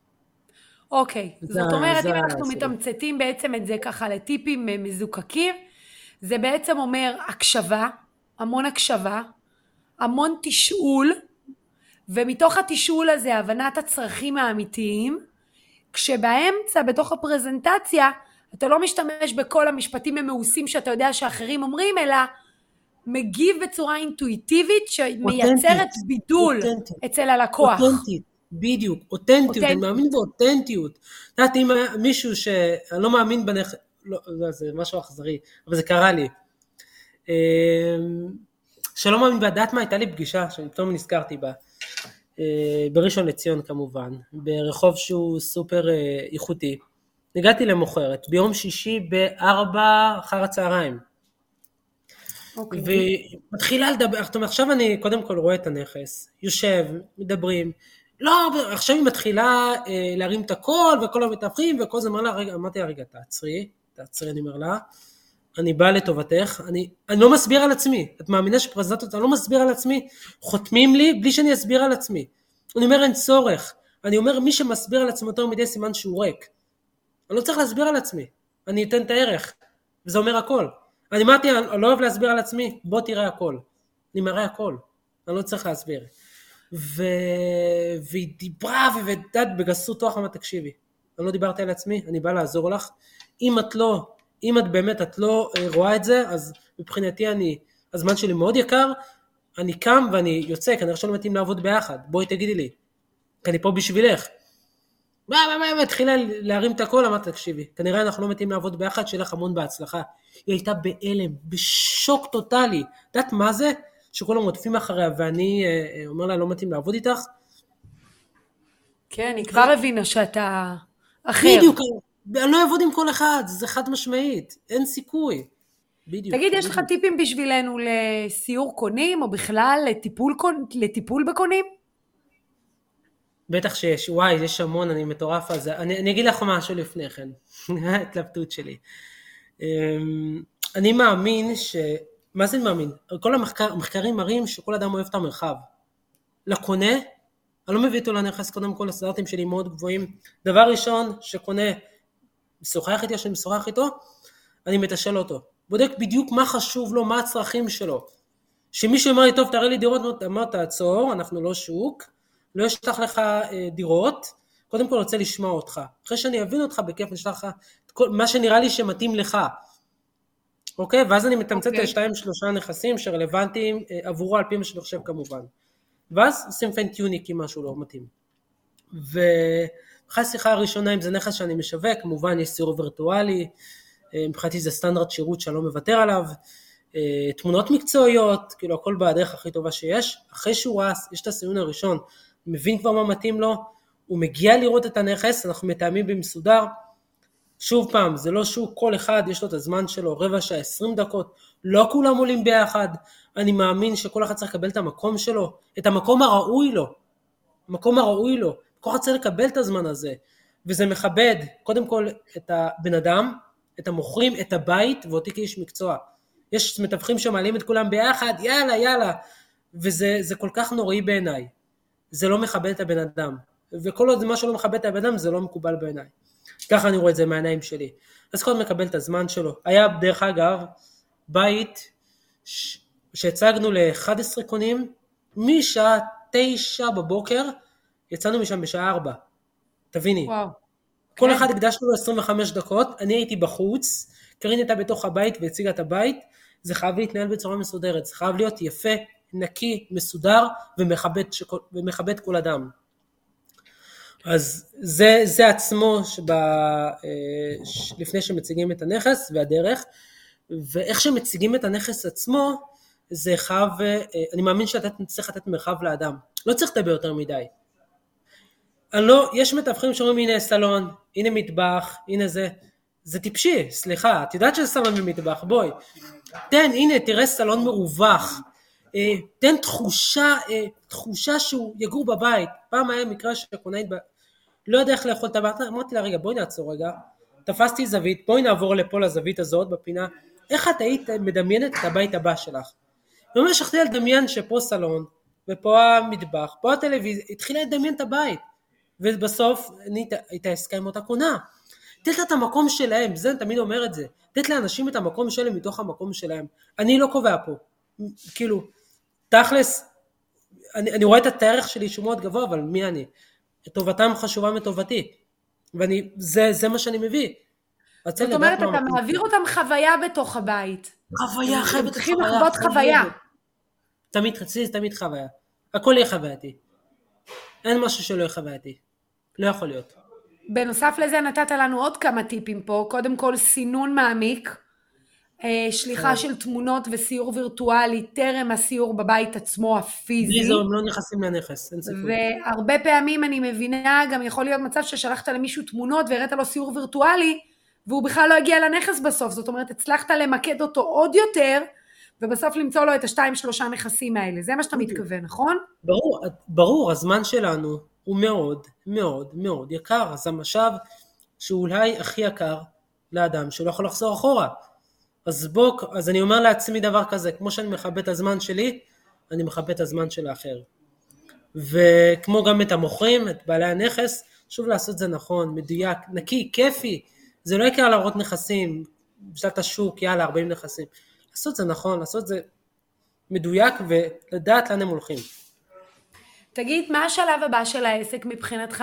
אוקיי, okay. זאת אומרת, אם אנחנו מתמצתים בעצם את זה ככה לטיפים מזוקקים, זה בעצם אומר הקשבה, המון הקשבה, המון תשאול, ומתוך התשאול הזה הבנת הצרכים האמיתיים, כשבאמצע, בתוך הפרזנטציה, אתה לא משתמש בכל המשפטים המאוסים שאתה יודע שאחרים אומרים, אלא מגיב בצורה אינטואיטיבית שמייצרת בידול אותנטית. אצל הלקוח. אותנטית. בדיוק, אותנטיות, אני מאמין באותנטיות. את יודעת, אם מישהו שאני לא מאמין בנכס, לא, זה משהו אכזרי, אבל זה קרה לי. שלא מאמין בדעת מה, הייתה לי פגישה, שאני פתאום נזכרתי בה, בראשון לציון כמובן, ברחוב שהוא סופר איכותי. הגעתי למוכרת, ביום שישי בארבע אחר הצהריים. אוקיי. ומתחילה לדבר, עכשיו אני קודם כל רואה את הנכס, יושב, מדברים, לא, עכשיו היא מתחילה אה, להרים את הכל, וכל המתווכים, וכל זה אמר לה, רגע, אמרתי לה, רגע, תעצרי, תעצרי, אני אומר לה, אני בא לטובתך, אני, אני לא מסביר על עצמי, את מאמינה שפרזנטות, אני לא מסביר על עצמי, חותמים לי בלי שאני אסביר על עצמי, אני אומר, אין צורך, אני אומר, מי שמסביר על עצמו יותר מדי סימן שהוא ריק, אני לא צריך להסביר על עצמי, אני אתן את הערך, וזה אומר הכל, אני אמרתי, אני לא אוהב להסביר על עצמי, בוא תראה הכל, אני מראה הכל, אני לא צריך להסביר, ו... והיא דיברה ודעת בגסות תוך אמרת תקשיבי, אני לא דיברתי על עצמי, אני בא לעזור לך, אם את לא, אם את באמת את לא רואה את זה, אז מבחינתי אני, הזמן שלי מאוד יקר, אני קם ואני יוצא, כנראה שלא מתאים לעבוד ביחד, בואי תגידי לי, כי אני פה בשבילך, מה, מה, מה, התחילה להרים את הכל, אמרת תקשיבי, כנראה אנחנו לא מתאים לעבוד ביחד, שיהיה לך המון בהצלחה, היא הייתה באלם, בשוק טוטלי, יודעת מה זה? שכולם רודפים אחריה, ואני אומר לה, לא מתאים לעבוד איתך. כן, היא כבר הבינה שאתה אחר. בדיוק, אני לא אעבוד עם כל אחד, זה חד משמעית, אין סיכוי. בדיוק. תגיד, יש לך טיפים בשבילנו לסיור קונים, או בכלל לטיפול, לטיפול בקונים? בטח שיש, וואי, יש המון, אני מטורף על זה. אני, אני אגיד לך משהו לפני כן, ההתלבטות שלי. אני מאמין ש... מה זה מאמין? כל המחקר, המחקרים מראים שכל אדם אוהב את המרחב. לקונה, אני לא מביא אותו לנכס, קודם כל הסטנדרטים שלי מאוד גבוהים. דבר ראשון, שקונה, משוחח איתי או שאני משוחח איתו, אני מתשאל אותו. בודק בדיוק מה חשוב לו, מה הצרכים שלו. שמישהו אמר לי, טוב, תראה לי דירות, אמר, תעצור, אנחנו לא שוק, לא אשלח לך אה, דירות, קודם כל רוצה לשמוע אותך. אחרי שאני אבין אותך בכיף, נשלח לך כל, מה שנראה לי שמתאים לך. אוקיי? ואז אני מתמצת okay. שתיים שלושה נכסים שרלוונטיים אה, עבורו על פי מה שאני חושב כמובן. ואז עושים פיינטיוניק אם משהו לא מתאים. ואחרי השיחה הראשונה, אם זה נכס שאני משווק, כמובן יש סיור וירטואלי, אה, מבחינתי זה סטנדרט שירות שאני לא מוותר עליו, אה, תמונות מקצועיות, כאילו הכל בדרך הכי טובה שיש. אחרי שהוא רס, יש את הסיון הראשון, מבין כבר מה מתאים לו, הוא מגיע לראות את הנכס, אנחנו מתאמים במסודר, שוב פעם, זה לא שוק, כל אחד יש לו את הזמן שלו, רבע שעה, עשרים דקות, לא כולם עולים ביחד, אני מאמין שכל אחד צריך לקבל את המקום שלו, את המקום הראוי לו, המקום הראוי לו, כל אחד צריך לקבל את הזמן הזה, וזה מכבד, קודם כל את הבן אדם, את המוכרים, את הבית, ואותי כאיש מקצוע, יש מתווכים שמעלים את כולם ביחד, יאללה, יאללה, וזה זה כל כך נוראי בעיניי, זה לא מכבד את הבן אדם, וכל עוד מה שלא מכבד את הבן אדם, זה לא מקובל בעיניי. ככה אני רואה את זה מהעיניים שלי. אז כל מקבל את הזמן שלו. היה דרך אגב, בית ש... שהצגנו ל-אחד עשר קונים, משעה תשע בבוקר, יצאנו משם בשעה ארבע. תביני. וואו. כל כן. אחד הקדשנו לו עשרים וחמש דקות, אני הייתי בחוץ, קרין הייתה בתוך הבית והציגה את הבית, זה חייב להתנהל בצורה מסודרת, זה חייב להיות יפה, נקי, מסודר, ומכבד, שכל... ומכבד כל אדם. אז זה, זה עצמו שבה, לפני שמציגים את הנכס והדרך, ואיך שמציגים את הנכס עצמו, זה חייב, אני מאמין שאתה צריך לתת מרחב לאדם, לא צריך לדבר יותר מדי. לא, יש מתווכים שאומרים, הנה סלון, הנה מטבח, הנה זה, זה טיפשי, סליחה, את יודעת שזה סלון ומטבח, בואי, תן, הנה, תראה סלון מרווח, תן תחושה, תחושה שהוא יגור בבית, פעם היה מקרה שקונאית, לא יודע איך לאכול את הבית, אמרתי לה, רגע, בואי נעצור רגע, תפסתי זווית, בואי נעבור לפה לזווית הזאת בפינה, איך את היית מדמיינת את הבית הבא שלך? וממש שכתי לדמיין שפה סלון, ופה המטבח, פה הטלוויזיה, התחילה לדמיין את הבית, ובסוף אני הייתה עסקה עם אותה קונה, תת לה את המקום שלהם, זה אני תמיד אומר את זה, תת לאנשים את המקום שלהם מתוך המקום שלהם, אני לא קובע פה, כאילו, תכלס, אני, אני רואה את הערך שלי שהוא מאוד גבוה, אבל מי אני? טובתם חשובה מטובתי, ואני, זה, זה מה שאני מביא. זאת אומרת, אתה מעביר אותם חוויה בתוך הבית. חוויה, חייבת צריכים לחוות חוויה. תמיד חצי, תמיד חוויה. הכל יהיה חווייתי. אין משהו שלא יהיה חווייתי. לא יכול להיות. בנוסף לזה נתת לנו עוד כמה טיפים פה. קודם כל, סינון מעמיק, שליחה של תמונות וסיור וירטואלי, טרם הסיור בבית עצמו הפיזי. בלי זה הם לא נכנסים לנכס, אין סיכוי. והרבה פעמים אני מבינה, גם יכול להיות מצב ששלחת למישהו תמונות והראית לו סיור וירטואלי, והוא בכלל לא הגיע לנכס בסוף, זאת אומרת, הצלחת למקד אותו עוד יותר, ובסוף למצוא לו את השתיים שלושה נכסים האלה, זה מה שאתה מתכוון, נכון? ברור, ברור, הזמן שלנו הוא מאוד מאוד מאוד יקר, זה המשאב שאולי הכי יקר לאדם שלא יכול לחזור אחורה. אז בוא, אז אני אומר לעצמי דבר כזה, כמו שאני מכבד את הזמן שלי, אני מכבד את הזמן של האחר. וכמו גם את המוכרים, את בעלי הנכס, שוב לעשות זה נכון, מדויק, נקי, כיפי, זה לא יקר להראות נכסים, בשלט השוק, יאללה, ארבעים נכסים. לעשות זה נכון, לעשות זה מדויק ולדעת לאן הם הולכים. תגיד, מה השלב הבא של העסק מבחינתך?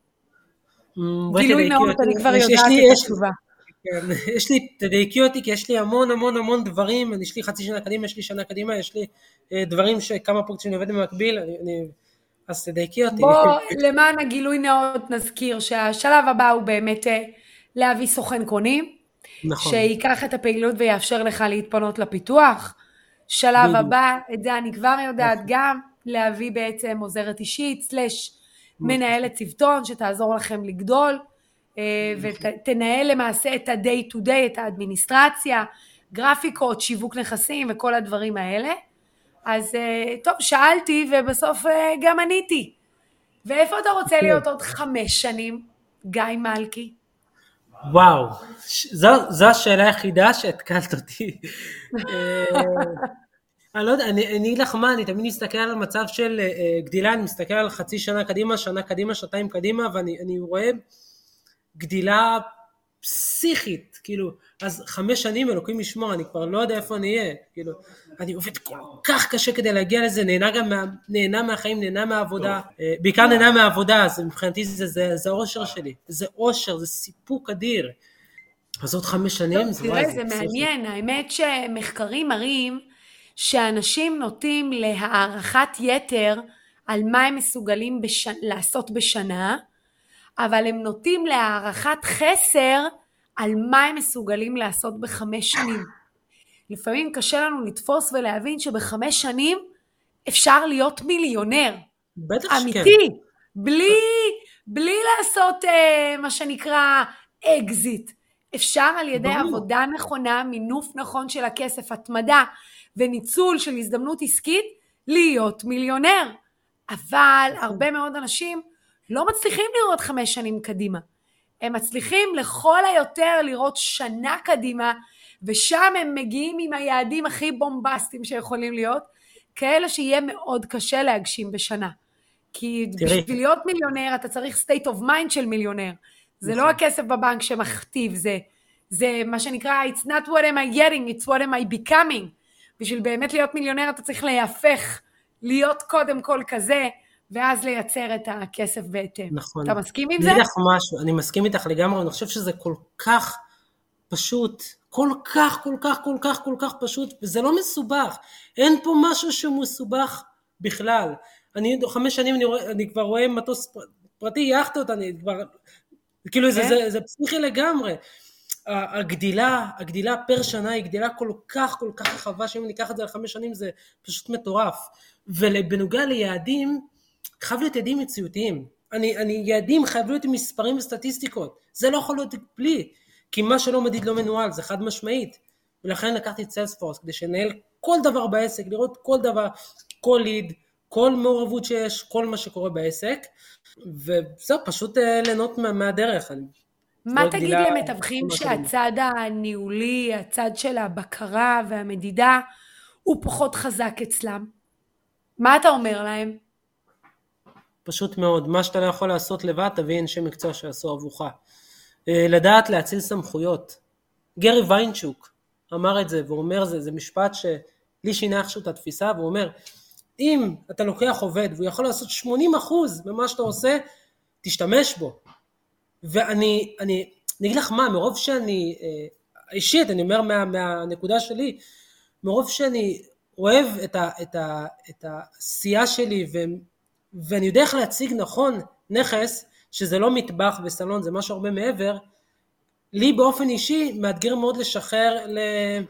גילוי נאות, אני כבר יודעת את התשובה. כן, יש לי, תדייקי אותי, כי יש לי המון המון המון דברים, יש לי חצי שנה קדימה, יש לי שנה קדימה, יש לי דברים שכמה פרקטים שאני עובד במקביל, אני, אני, אז תדייקי אותי. בוא, למען הגילוי נאות נזכיר שהשלב הבא הוא באמת להביא סוכן קונים, נכון. שיקח את הפעילות ויאפשר לך להתפנות לפיתוח, שלב בדיוק. הבא, את זה אני כבר יודעת נכון. גם, להביא בעצם עוזרת אישית, סלש מאוד מנהלת צוותון, שתעזור לכם לגדול, אה, ותנהל למעשה את ה-day to day, את האדמיניסטרציה, גרפיקות, שיווק נכסים וכל הדברים האלה. אז אה, טוב, שאלתי ובסוף אה, גם עניתי. ואיפה אתה רוצה להיות עוד חמש שנים, גיא מלכי? וואו, ש- זו, זו השאלה היחידה שהתקלת אותי. אה, אני לא יודע, אני אני אגיד לך מה, אני תמיד מסתכל על המצב של אה, גדילה, אני מסתכל על חצי שנה קדימה, שנה קדימה, שנתיים קדימה, ואני אני רואה גדילה פסיכית, כאילו, אז חמש שנים אלוקים ישמור, אני כבר לא יודע איפה אני אהיה, כאילו, אני עובד כל כך קשה כדי להגיע לזה, נהנה גם מה, נהנה מהחיים, נהנה מהעבודה, אה, בעיקר נהנה מהעבודה, אז מבחינתי זה, זה, זה אושר שלי, זה אושר, זה סיפוק אדיר. אז עוד חמש שנים, טוב, זה תראה, וואי, זה פסיכי. מעניין, האמת שמחקרים מראים שאנשים נוטים להערכת יתר על מה הם מסוגלים בש... לעשות בשנה, אבל הם נוטים להערכת חסר על מה הם מסוגלים לעשות בחמש שנים. לפעמים קשה לנו לתפוס ולהבין שבחמש שנים אפשר להיות מיליונר. בטח שכן. אמיתי, בלי, בלי לעשות אה, מה שנקרא אקזיט. אפשר על ידי ברור. עבודה נכונה, מינוף נכון של הכסף, התמדה וניצול של הזדמנות עסקית, להיות מיליונר. אבל הרבה מאוד אנשים לא מצליחים לראות חמש שנים קדימה. הם מצליחים לכל היותר לראות שנה קדימה, ושם הם מגיעים עם היעדים הכי בומבסטיים שיכולים להיות, כאלה שיהיה מאוד קשה להגשים בשנה. כי תראי. בשביל להיות מיליונר אתה צריך state of mind של מיליונר. זה לא הכסף בבנק שמכתיב, זה, זה מה שנקרא it's not what am I getting, it's what am I becoming. בשביל באמת להיות מיליונר אתה צריך להפך, להיות קודם כל כזה, ואז לייצר את הכסף בהתאם. נכון. אתה מסכים עם אני זה? אגיד לך משהו, אני מסכים איתך לגמרי, אני חושב שזה כל כך פשוט, כל כך, כל כך, כל כך, כל כך פשוט, וזה לא מסובך, אין פה משהו שמסובך בכלל. אני חמש שנים, אני, רואה, אני כבר רואה מטוס פר, פרטי, יאכטות, אני כבר, כאילו זה, זה, זה פסיכי לגמרי. הגדילה, הגדילה פר שנה היא גדילה כל כך, כל כך רחבה, שאם ניקח את זה לחמש שנים זה פשוט מטורף. ובנוגע ליעדים, חייב להיות יעדים מציאותיים. אני, אני, יעדים חייב להיות עם מספרים וסטטיסטיקות. זה לא יכול להיות בלי, כי מה שלא מדיד לא מנוהל, זה חד משמעית. ולכן לקחתי את סיילספורס, כדי שנהל כל דבר בעסק, לראות כל דבר, כל ליד, כל מעורבות שיש, כל מה שקורה בעסק, וזהו, פשוט ליהנות מה, מהדרך. מה תגיד למתווכים שהצד הניהולי, הצד של הבקרה והמדידה, הוא פחות חזק אצלם? מה אתה אומר להם? פשוט מאוד, מה שאתה לא יכול לעשות לבד, תביא אנשי מקצוע שיעשו עבורך. לדעת להציל סמכויות. גרי ויינצ'וק אמר את זה, והוא אומר זה, זה משפט שלי שינה איכשהו את התפיסה, והוא אומר, אם אתה לוקח עובד, והוא יכול לעשות שמונים אחוז ממה שאתה עושה, תשתמש בו. ואני, אני, אני אגיד לך מה, מרוב שאני, אישית, אני אומר מה, מהנקודה שלי, מרוב שאני אוהב את, ה, את, ה, את העשייה שלי, ו, ואני יודע איך להציג נכון נכס, שזה לא מטבח וסלון, זה משהו הרבה מעבר, לי באופן אישי מאתגר מאוד לשחרר ל,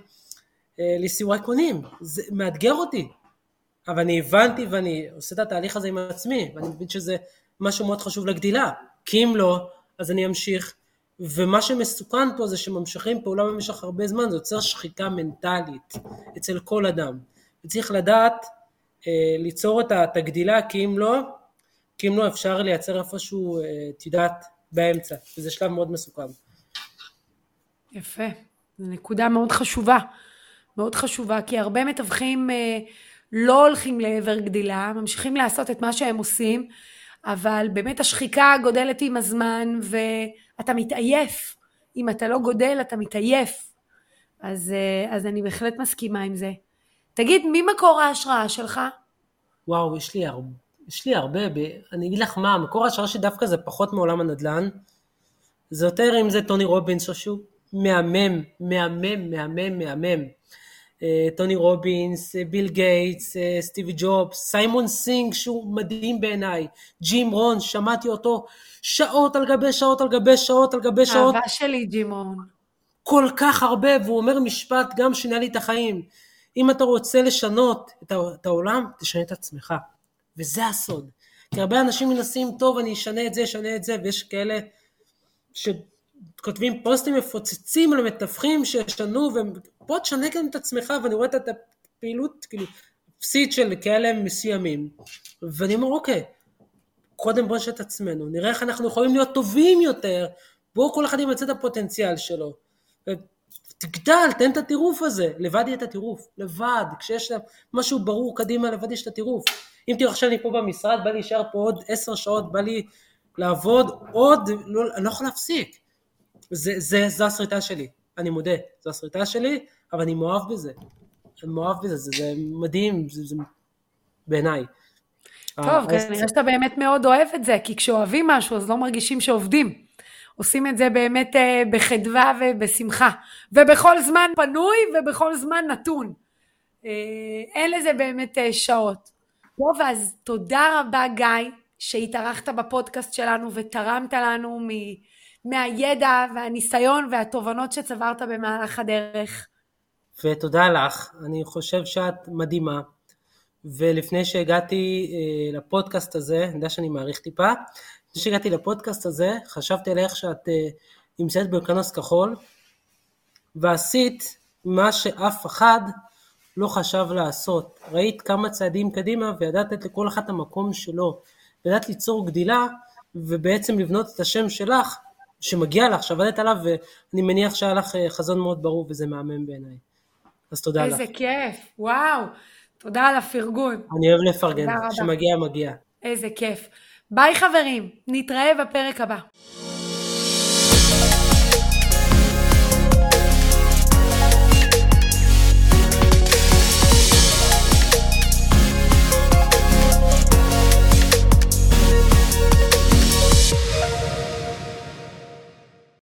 לסיורי קונים, זה מאתגר אותי, אבל אני הבנתי ואני עושה את התהליך הזה עם עצמי, ואני מבין שזה משהו מאוד חשוב לגדילה, כי אם לא, אז אני אמשיך, ומה שמסוכן פה זה שממשיכים פעולה במשך הרבה זמן, זה יוצר שחיקה מנטלית אצל כל אדם, וצריך לדעת אה, ליצור את הגדילה, כי אם לא, כי אם לא אפשר לייצר איפשהו אה, תדעת באמצע, וזה שלב מאוד מסוכן. יפה, זו נקודה מאוד חשובה, מאוד חשובה, כי הרבה מתווכים אה, לא הולכים לעבר גדילה, ממשיכים לעשות את מה שהם עושים, אבל באמת השחיקה גודלת עם הזמן, ואתה מתעייף. אם אתה לא גודל, אתה מתעייף. אז, אז אני בהחלט מסכימה עם זה. תגיד, מי מקור ההשראה שלך? וואו, יש לי הרבה, יש לי הרבה, ב... אני אגיד לך מה, מקור ההשראה שדווקא זה פחות מעולם הנדל"ן, זה יותר אם זה טוני רובינס או שהוא מהמם, מהמם, מהמם, מהמם. טוני רובינס, ביל גייטס, סטיבי ג'ובס, סיימון סינג שהוא מדהים בעיניי, ג'ים רון, שמעתי אותו שעות על גבי שעות על גבי שעות על גבי שעות. אהבה שלי ג'ים רון. כל כך הרבה, והוא אומר משפט גם שינה לי את החיים. אם אתה רוצה לשנות את העולם, תשנה את עצמך. וזה הסוד. כי הרבה אנשים מנסים, טוב, אני אשנה את זה, אשנה את זה, ויש כאלה שכותבים פוסטים מפוצצים על מתווכים שישנו, ופה תשנה גם את עצמך, ואני רואה את הפעילות, כאילו, פסיד של כאלה מסוימים. ואני אומר, אוקיי, קודם בוא נשנה את עצמנו, נראה איך אנחנו יכולים להיות טובים יותר, בואו כל אחד ימצא את הפוטנציאל שלו. תגדל, תן את הטירוף הזה, לבד יהיה את הטירוף, לבד, כשיש משהו ברור קדימה, לבד יש את הטירוף. אם תראו עכשיו אני פה במשרד, בא לי להישאר פה עוד עשר שעות, בא לי לעבוד עוד, לא, אני לא יכול להפסיק. זה, זה, זה הסריטה שלי, אני מודה, זה הסריטה שלי, אבל אני מאוהב בזה. אני מאוהב בזה, זה, זה מדהים, זה, זה בעיניי. טוב, כנראה שאתה באמת מאוד אוהב את זה, כי כשאוהבים משהו, אז לא מרגישים שעובדים. עושים את זה באמת בחדווה ובשמחה, ובכל זמן פנוי ובכל זמן נתון. אין לזה באמת שעות. טוב, אז תודה רבה גיא, שהתארחת בפודקאסט שלנו ותרמת לנו מהידע והניסיון והתובנות שצברת במהלך הדרך. ותודה לך, אני חושב שאת מדהימה, ולפני שהגעתי לפודקאסט הזה, אני יודע שאני מעריך טיפה, לפני שהגעתי לפודקאסט הזה, חשבתי עליך שאת נמצאת בכנס כחול, ועשית מה שאף אחד לא חשב לעשות. ראית כמה צעדים קדימה, וידעת את לכל אחת המקום שלו, וידעת ליצור גדילה, ובעצם לבנות את השם שלך, שמגיע לך, שעבדת עליו, ואני מניח שהיה לך חזון מאוד ברור, וזה מהמם בעיניי. אז תודה לך. איזה כיף, וואו, תודה על הפרגון. אני אוהב לפרגן, שמגיע מגיע. איזה כיף. ביי חברים, נתראה בפרק הבא.